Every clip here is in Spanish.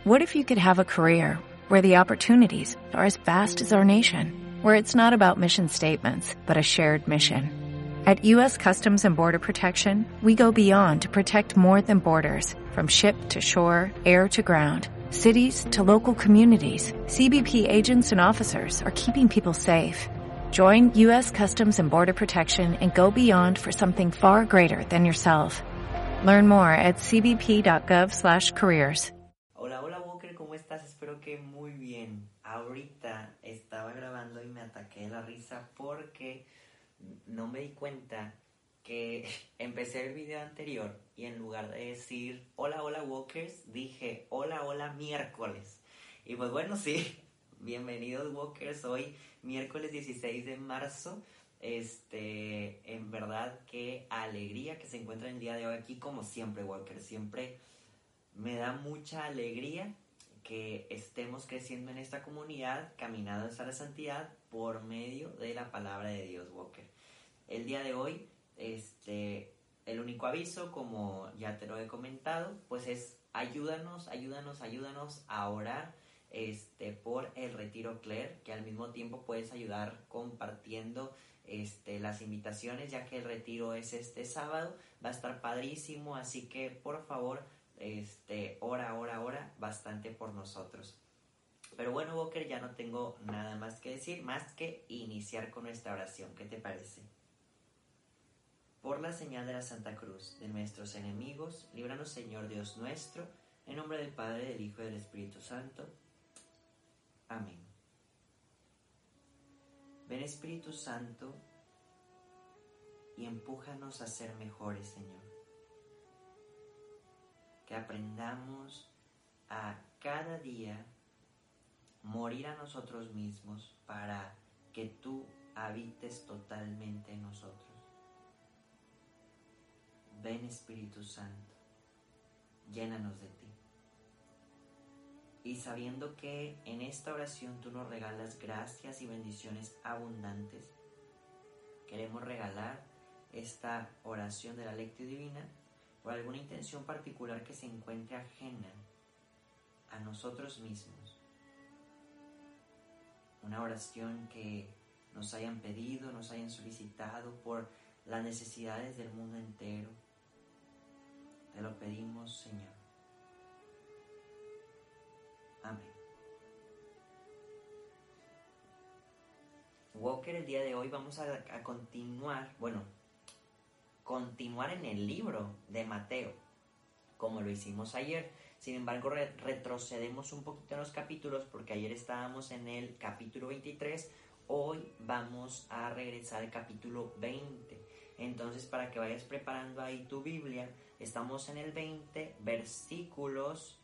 What if you could have a career where the opportunities are as vast as our nation, where it's not about mission statements, but a shared mission? At U.S. Customs and Border Protection, we go beyond to protect more than borders, from ship to shore, air to ground, cities to local communities. CBP agents and officers are keeping people safe. Join U.S. Customs and Border Protection and go beyond for something far greater than yourself. Learn more at cbp.gov/careers. Hola, hola Walker, ¿cómo estás? Espero que muy bien. Ahorita estaba grabando y me ataqué de la risa porque no me di cuenta que empecé el video anterior y en lugar de decir hola, hola Walkers, dije hola, hola miércoles. Y pues bueno, sí, bienvenidos Walkers, hoy miércoles 16 de marzo. En verdad qué alegría que se encuentran el día de hoy aquí como siempre Walker, siempre me da mucha alegría que estemos creciendo en esta comunidad, caminando hacia la santidad por medio de la palabra de Dios, Walker. El día de hoy, el único aviso, como ya te lo he comentado, pues es ayúdanos a orar por el Retiro Claire, que al mismo tiempo puedes ayudar compartiendo las invitaciones, ya que el retiro es este sábado, va a estar padrísimo, así que por favor, ora bastante por nosotros. Pero bueno, Walker, ya no tengo nada más que decir, más que iniciar con nuestra oración. ¿Qué te parece? Por la señal de la Santa Cruz de nuestros enemigos, líbranos, Señor Dios nuestro, en nombre del Padre, del Hijo y del Espíritu Santo. Amén. Ven, Espíritu Santo, y empújanos a ser mejores, Señor. Que aprendamos a cada día morir a nosotros mismos para que tú habites totalmente en nosotros. Ven, Espíritu Santo, llénanos de ti. Y sabiendo que en esta oración tú nos regalas gracias y bendiciones abundantes, queremos regalar esta oración de la Lectio Divina por alguna intención particular que se encuentre ajena a nosotros mismos. Una oración que nos hayan pedido, nos hayan solicitado por las necesidades del mundo entero. Te lo pedimos, Señor. Amén. Walker, el día de hoy vamos a continuar en el libro de Mateo, como lo hicimos ayer. Sin embargo, retrocedemos un poquito en los capítulos, porque ayer estábamos en el capítulo 23, hoy vamos a regresar al capítulo 20. Entonces, para que vayas preparando ahí tu Biblia, estamos en el 20, versículos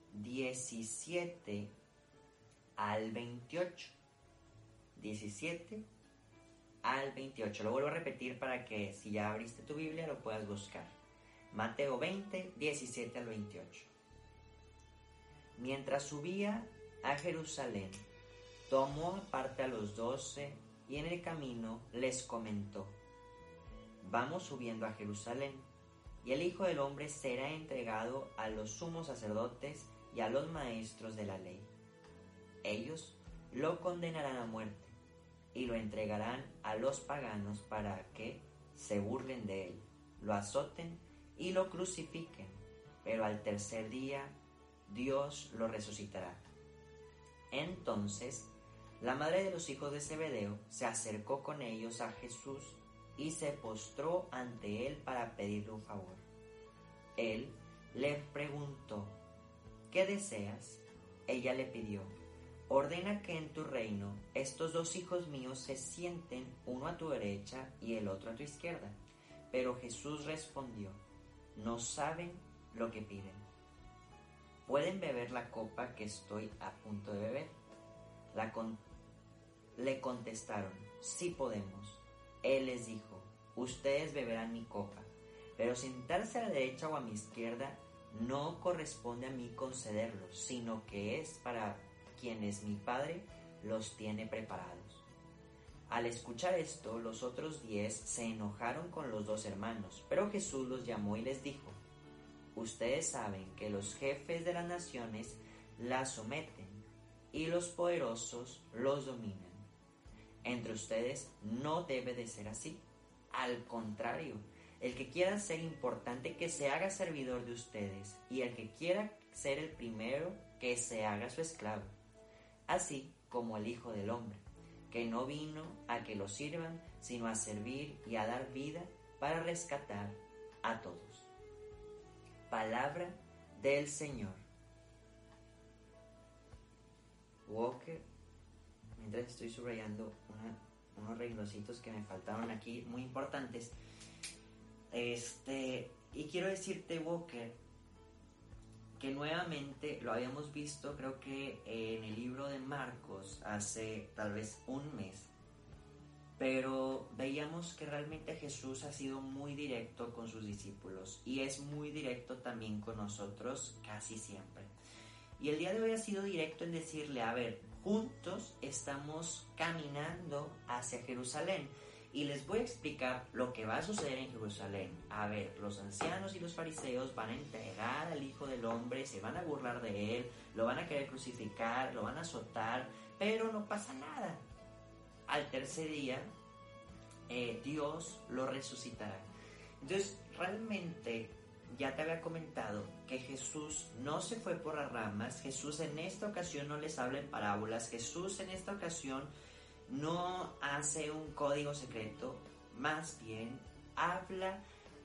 17 al 28. 17 al 28. Lo vuelvo a repetir para que si ya abriste tu Biblia lo puedas buscar. Mateo 20, 17 al 28. Mientras subía a Jerusalén, tomó aparte a los 12 y en el camino les comentó: vamos subiendo a Jerusalén, y el Hijo del Hombre será entregado a los sumos sacerdotes y a los maestros de la ley. Ellos lo condenarán a muerte y lo entregarán a los paganos para que se burlen de él, lo azoten y lo crucifiquen, pero al tercer día Dios lo resucitará. Entonces la madre de los hijos de Zebedeo se acercó con ellos a Jesús y se postró ante él para pedirle un favor. Él le preguntó: ¿qué deseas? Ella le pidió: ordena que en tu reino estos dos hijos míos se sienten, uno a tu derecha y el otro a tu izquierda. Pero Jesús respondió: no saben lo que piden. ¿Pueden beber la copa que estoy a punto de beber? Le contestaron: sí podemos. Él les dijo: ustedes beberán mi copa, pero sentarse a la derecha o a mi izquierda no corresponde a mí concederlo, sino que es para quienes mi Padre los tiene preparados. Al escuchar esto, los otros 10 se enojaron con los dos hermanos, pero Jesús los llamó y les dijo: ustedes saben que los jefes de las naciones la someten y los poderosos los dominan. Entre ustedes no debe de ser así. Al contrario, el que quiera ser importante, que se haga servidor de ustedes, y el que quiera ser el primero, que se haga su esclavo. Así como el Hijo del Hombre, que no vino a que lo sirvan, sino a servir y a dar vida para rescatar a todos. Palabra del Señor. Walker, mientras estoy subrayando unos renglocitos que me faltaron aquí, muy importantes. Y quiero decirte, Walker, que nuevamente lo habíamos visto, creo que en el libro de Marcos, hace tal vez un mes, pero veíamos que realmente Jesús ha sido muy directo con sus discípulos y es muy directo también con nosotros casi siempre. Y el día de hoy ha sido directo en decirle, a ver, juntos estamos caminando hacia Jerusalén. Y les voy a explicar lo que va a suceder en Jerusalén. A ver, los ancianos y los fariseos van a entregar al Hijo del Hombre, se van a burlar de él, lo van a querer crucificar, lo van a azotar, pero no pasa nada. Al tercer día, Dios lo resucitará. Entonces, realmente, ya te había comentado que Jesús no se fue por las ramas. Jesús en esta ocasión no les habla en parábolas. Jesús en esta ocasión no hace un código secreto, más bien habla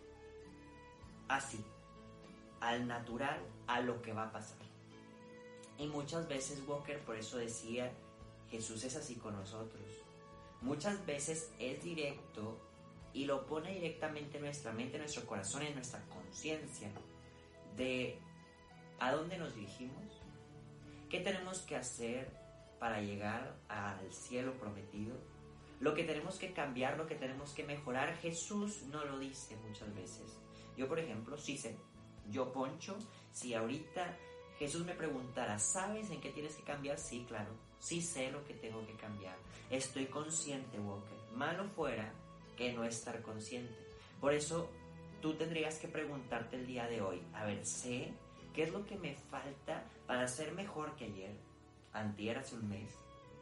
así, al natural, a lo que va a pasar. Y muchas veces, Walker, por eso decía, Jesús es así con nosotros. Muchas veces es directo y lo pone directamente en nuestra mente, en nuestro corazón, en nuestra conciencia, de a dónde nos dirigimos, qué tenemos que hacer para llegar al cielo prometido, lo que tenemos que cambiar, lo que tenemos que mejorar. Jesús no lo dice muchas veces. Yo, por ejemplo, sí sé. Yo, Poncho, si ahorita Jesús me preguntara, ¿sabes en qué tienes que cambiar? Sí, claro. Sí sé lo que tengo que cambiar. Estoy consciente, Walker. Malo fuera que no estar consciente. Por eso, tú tendrías que preguntarte el día de hoy, a ver, sé qué es lo que me falta para ser mejor que ayer, antier, hace un mes.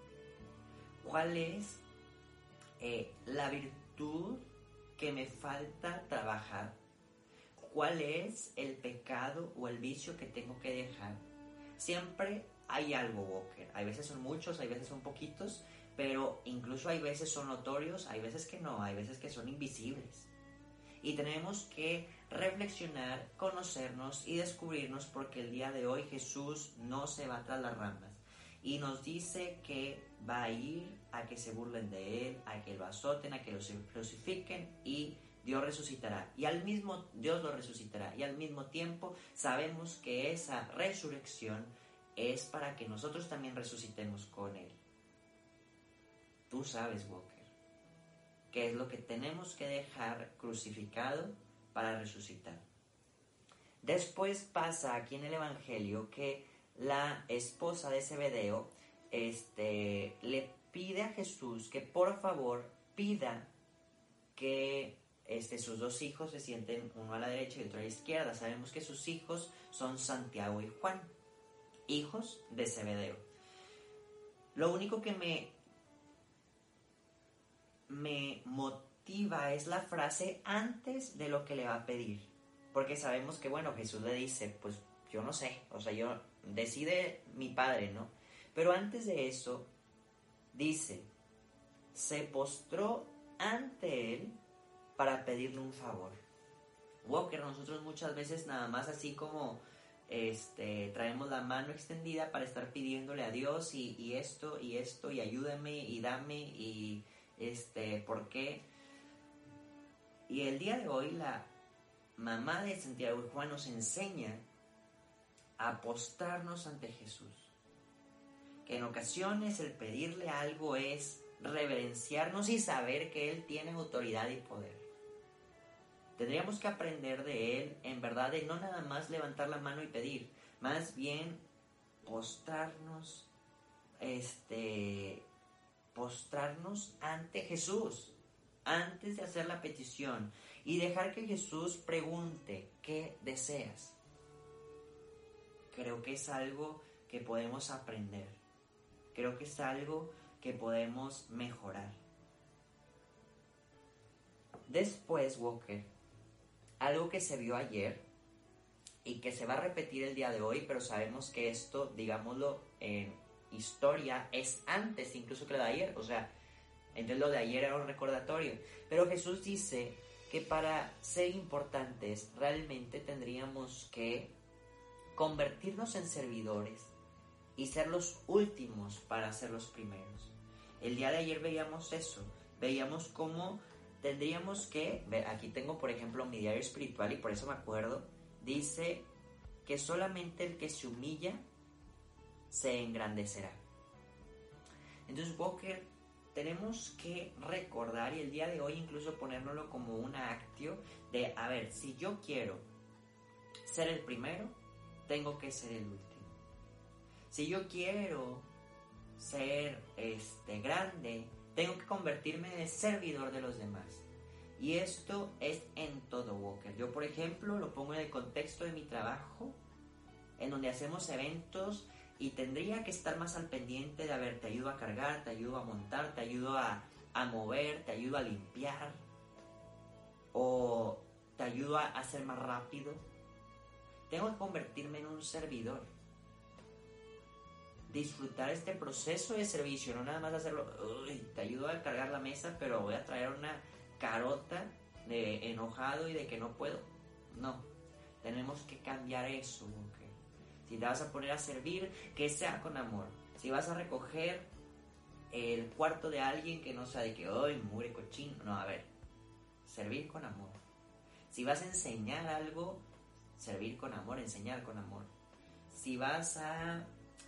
¿Cuál es la virtud que me falta trabajar? ¿Cuál es el pecado o el vicio que tengo que dejar? Siempre hay algo, Walker. Hay veces son muchos, hay veces son poquitos, pero incluso hay veces son notorios, hay veces que no, hay veces que son invisibles. Y tenemos que reflexionar, conocernos y descubrirnos, porque el día de hoy Jesús no se va tras las ramas. Y nos dice que va a ir a que se burlen de él, a que lo azoten, a que lo crucifiquen, y Dios resucitará. Dios lo resucitará. Y al mismo tiempo sabemos que esa resurrección es para que nosotros también resucitemos con él. Tú sabes, Walker, qué es lo que tenemos que dejar crucificado para resucitar. Después pasa aquí en el Evangelio que la esposa de Zebedeo le pide a Jesús que por favor pida que sus dos hijos se sienten, uno a la derecha y otro a la izquierda. Sabemos que sus hijos son Santiago y Juan, hijos de Zebedeo. Lo único que me motiva es la frase antes de lo que le va a pedir, porque sabemos que, bueno, Jesús le dice, pues yo no sé, o sea, yo decide mi padre, ¿no? Pero antes de eso, dice, se postró ante él para pedirle un favor. Walker, nosotros muchas veces nada más así como traemos la mano extendida para estar pidiéndole a Dios y esto, y ayúdame, y dame, y ¿por qué? Y el día de hoy la mamá de Santiago y Juan nos enseña a postrarnos ante Jesús. Que en ocasiones el pedirle algo es reverenciarnos y saber que Él tiene autoridad y poder. Tendríamos que aprender de Él, en verdad, de no nada más levantar la mano y pedir, más bien postrarnos ante Jesús, antes de hacer la petición, y dejar que Jesús pregunte, ¿qué deseas? Creo que es algo que podemos aprender. Creo que es algo que podemos mejorar. Después, Walker, algo que se vio ayer y que se va a repetir el día de hoy, pero sabemos que esto, digámoslo, en historia es antes incluso que lo de ayer. O sea, entonces lo de ayer era un recordatorio. Pero Jesús dice que para ser importantes realmente tendríamos que convertirnos en servidores y ser los últimos para ser los primeros. El día de ayer veíamos eso, veíamos cómo tendríamos que, aquí tengo por ejemplo mi diario espiritual y por eso me acuerdo, dice que solamente el que se humilla se engrandecerá. Entonces, Walker, tenemos que recordar y el día de hoy incluso ponérnoslo como una actio de, a ver, si yo quiero ser el primero, tengo que ser el último. Si yo quiero ser grande, tengo que convertirme en el servidor de los demás. Y esto es en todo, Walker. Yo, por ejemplo, lo pongo en el contexto de mi trabajo, en donde hacemos eventos y tendría que estar más al pendiente de, a ver, te ayudo a cargar, te ayudo a montar, te ayudo a mover, te ayudo a limpiar, o te ayudo a hacer más rápido. Tengo que convertirme en un servidor. Disfrutar este proceso de servicio, no nada más hacerlo, te ayudo a cargar la mesa, pero voy a traer una carota de enojado y de que no puedo. No, tenemos que cambiar eso, ¿okay? Si te vas a poner a servir, que sea con amor. Si vas a recoger el cuarto de alguien, que no sea de que, ¡ay, mugre cochino! No, a ver, servir con amor. Si vas a enseñar algo, servir con amor, enseñar con amor. Si vas a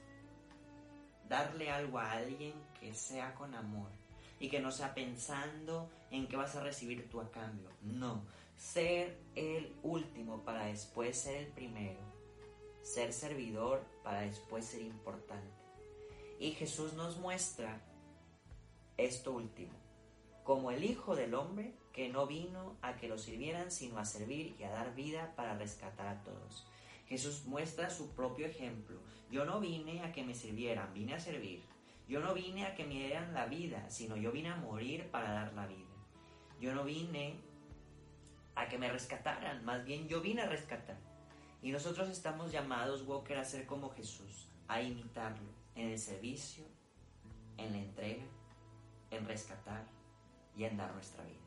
darle algo a alguien, que sea con amor y que no sea pensando en qué vas a recibir tú a cambio. No, ser el último para después ser el primero, ser servidor para después ser importante. Y Jesús nos muestra esto último como el Hijo del Hombre, que no vino a que lo sirvieran, sino a servir y a dar vida para rescatar a todos. Jesús muestra su propio ejemplo. Yo no vine a que me sirvieran, vine a servir. Yo no vine a que me dieran la vida, sino yo vine a morir para dar la vida. Yo no vine a que me rescataran, más bien yo vine a rescatar. Y nosotros estamos llamados, Walker, a ser como Jesús, a imitarlo en el servicio, en la entrega, en rescatar y en dar nuestra vida.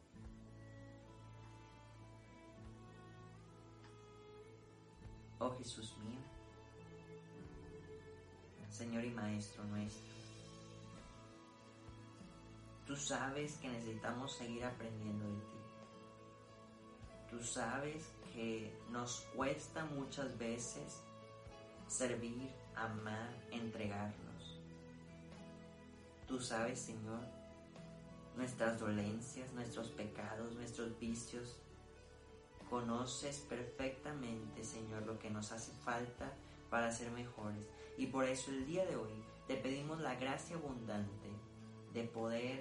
Oh Jesús mío, Señor y Maestro nuestro, tú sabes que necesitamos seguir aprendiendo de ti. Tú sabes que nos cuesta muchas veces servir, amar, entregarnos. Tú sabes, Señor, nuestras dolencias, nuestros pecados, nuestros vicios. Conoces perfectamente, Señor, lo que nos hace falta para ser mejores. Y por eso el día de hoy te pedimos la gracia abundante de poder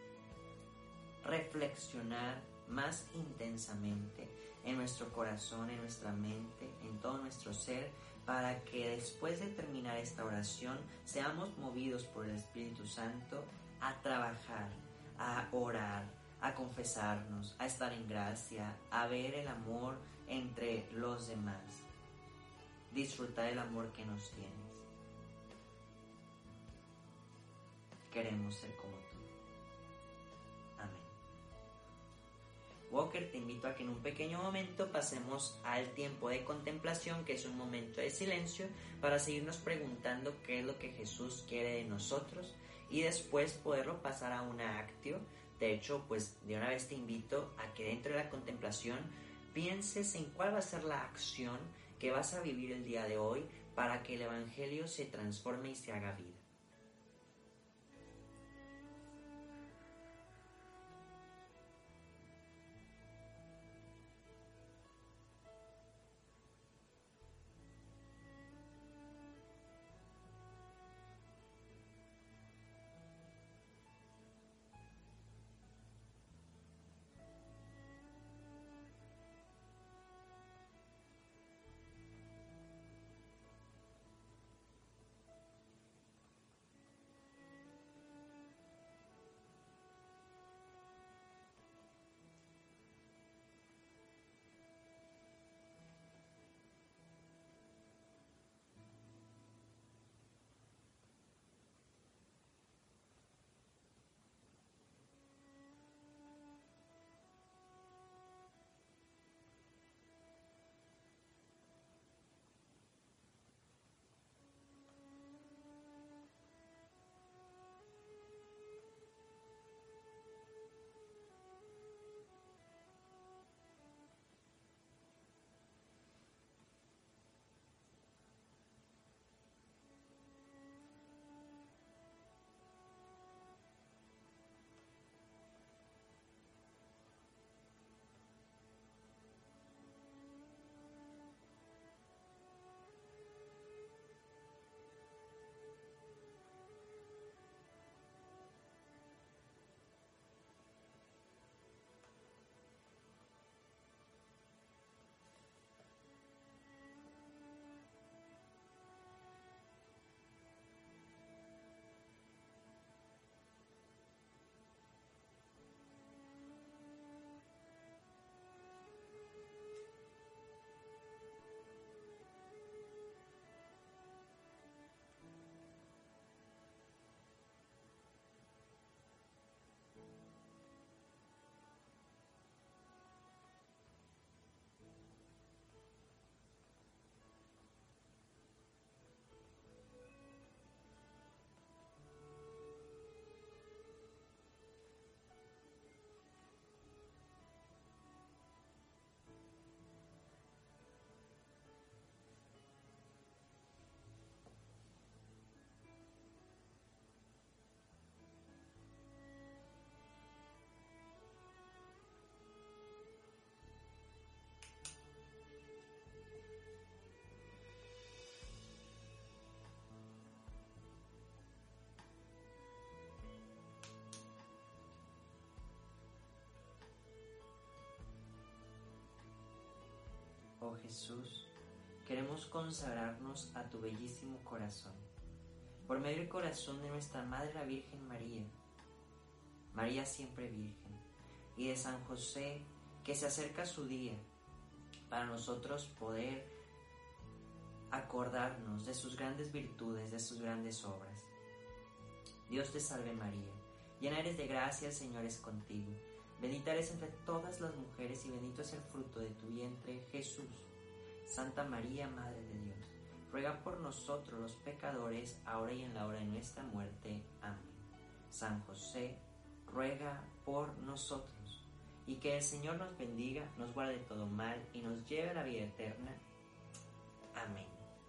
reflexionar más intensamente en nuestro corazón, en nuestra mente, en todo nuestro ser, para que después de terminar esta oración seamos movidos por el Espíritu Santo a trabajar, a orar, a confesarnos, a estar en gracia, a ver el amor entre los demás, disfrutar el amor que nos tienes. Queremos ser como tú. Amén. Walker, te invito a que en un pequeño momento pasemos al tiempo de contemplación, que es un momento de silencio, para seguirnos preguntando qué es lo que Jesús quiere de nosotros y después poderlo pasar a una actio. De hecho, pues de una vez te invito a que dentro de la contemplación pienses en cuál va a ser la acción que vas a vivir el día de hoy para que el Evangelio se transforme y se haga vida. oh Jesús, queremos consagrarnos a tu bellísimo corazón. Por medio del corazón de nuestra Madre la Virgen María, María siempre Virgen, y de San José, que se acerca su día, para nosotros poder acordarnos de sus grandes virtudes, de sus grandes obras. Dios te salve María, llena eres de gracia, el Señor es contigo. Bendita eres entre todas las mujeres y bendito es el fruto de tu vientre, Jesús. Santa María, Madre de Dios, ruega por nosotros los pecadores, ahora y en la hora de nuestra muerte. Amén. San José, ruega por nosotros. Y que el Señor nos bendiga, nos guarde de todo mal y nos lleve a la vida eterna. Amén.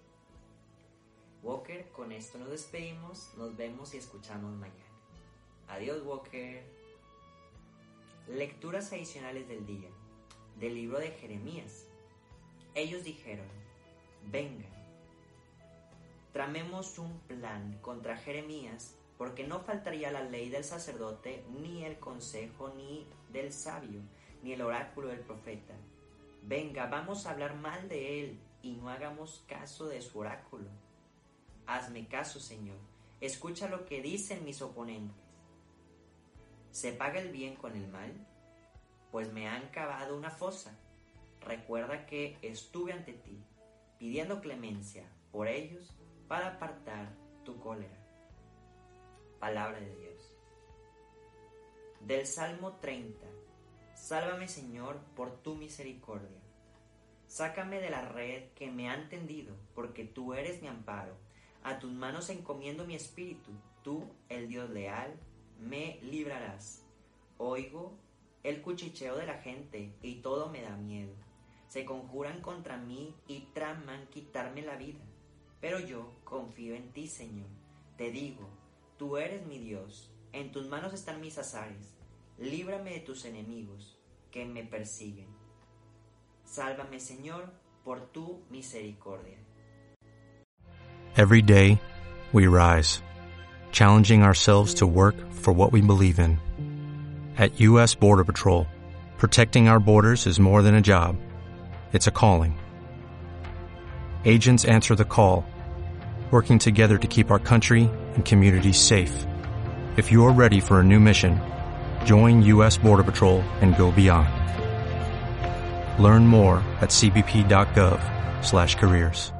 Walker, con esto nos despedimos, nos vemos y escuchamos mañana. Adiós, Walker. Lecturas adicionales del día, del libro de Jeremías. Ellos dijeron: vengan, tramemos un plan contra Jeremías, porque no faltaría la ley del sacerdote, ni el consejo, ni del sabio, ni el oráculo del profeta. Venga, vamos a hablar mal de él, y no hagamos caso de su oráculo. Hazme caso, Señor, escucha lo que dicen mis oponentes. ¿Se paga el bien con el mal? Pues me han cavado una fosa. Recuerda que estuve ante ti, pidiendo clemencia por ellos para apartar tu cólera. Palabra de Dios. Del Salmo 30. Sálvame, Señor, por tu misericordia. Sácame de la red que me han tendido, porque tú eres mi amparo. A tus manos encomiendo mi espíritu. Tú, el Dios leal, me librarás. Oigo el cuchicheo de la gente y todo me da miedo. Se conjuran contra mí y traman quitarme la vida. Pero yo confío en ti, Señor. Te digo, tú eres mi Dios. En tus manos están mis azares. Líbrame de tus enemigos que me persiguen. Sálvame, Señor, por tu misericordia. Every day, we rise, challenging ourselves to work for what we believe in. At U.S. Border Patrol, protecting our borders is more than a job. It's a calling. Agents answer the call, working together to keep our country and communities safe. If you are ready for a new mission, join U.S. Border Patrol and go beyond. Learn more at cbp.gov/careers.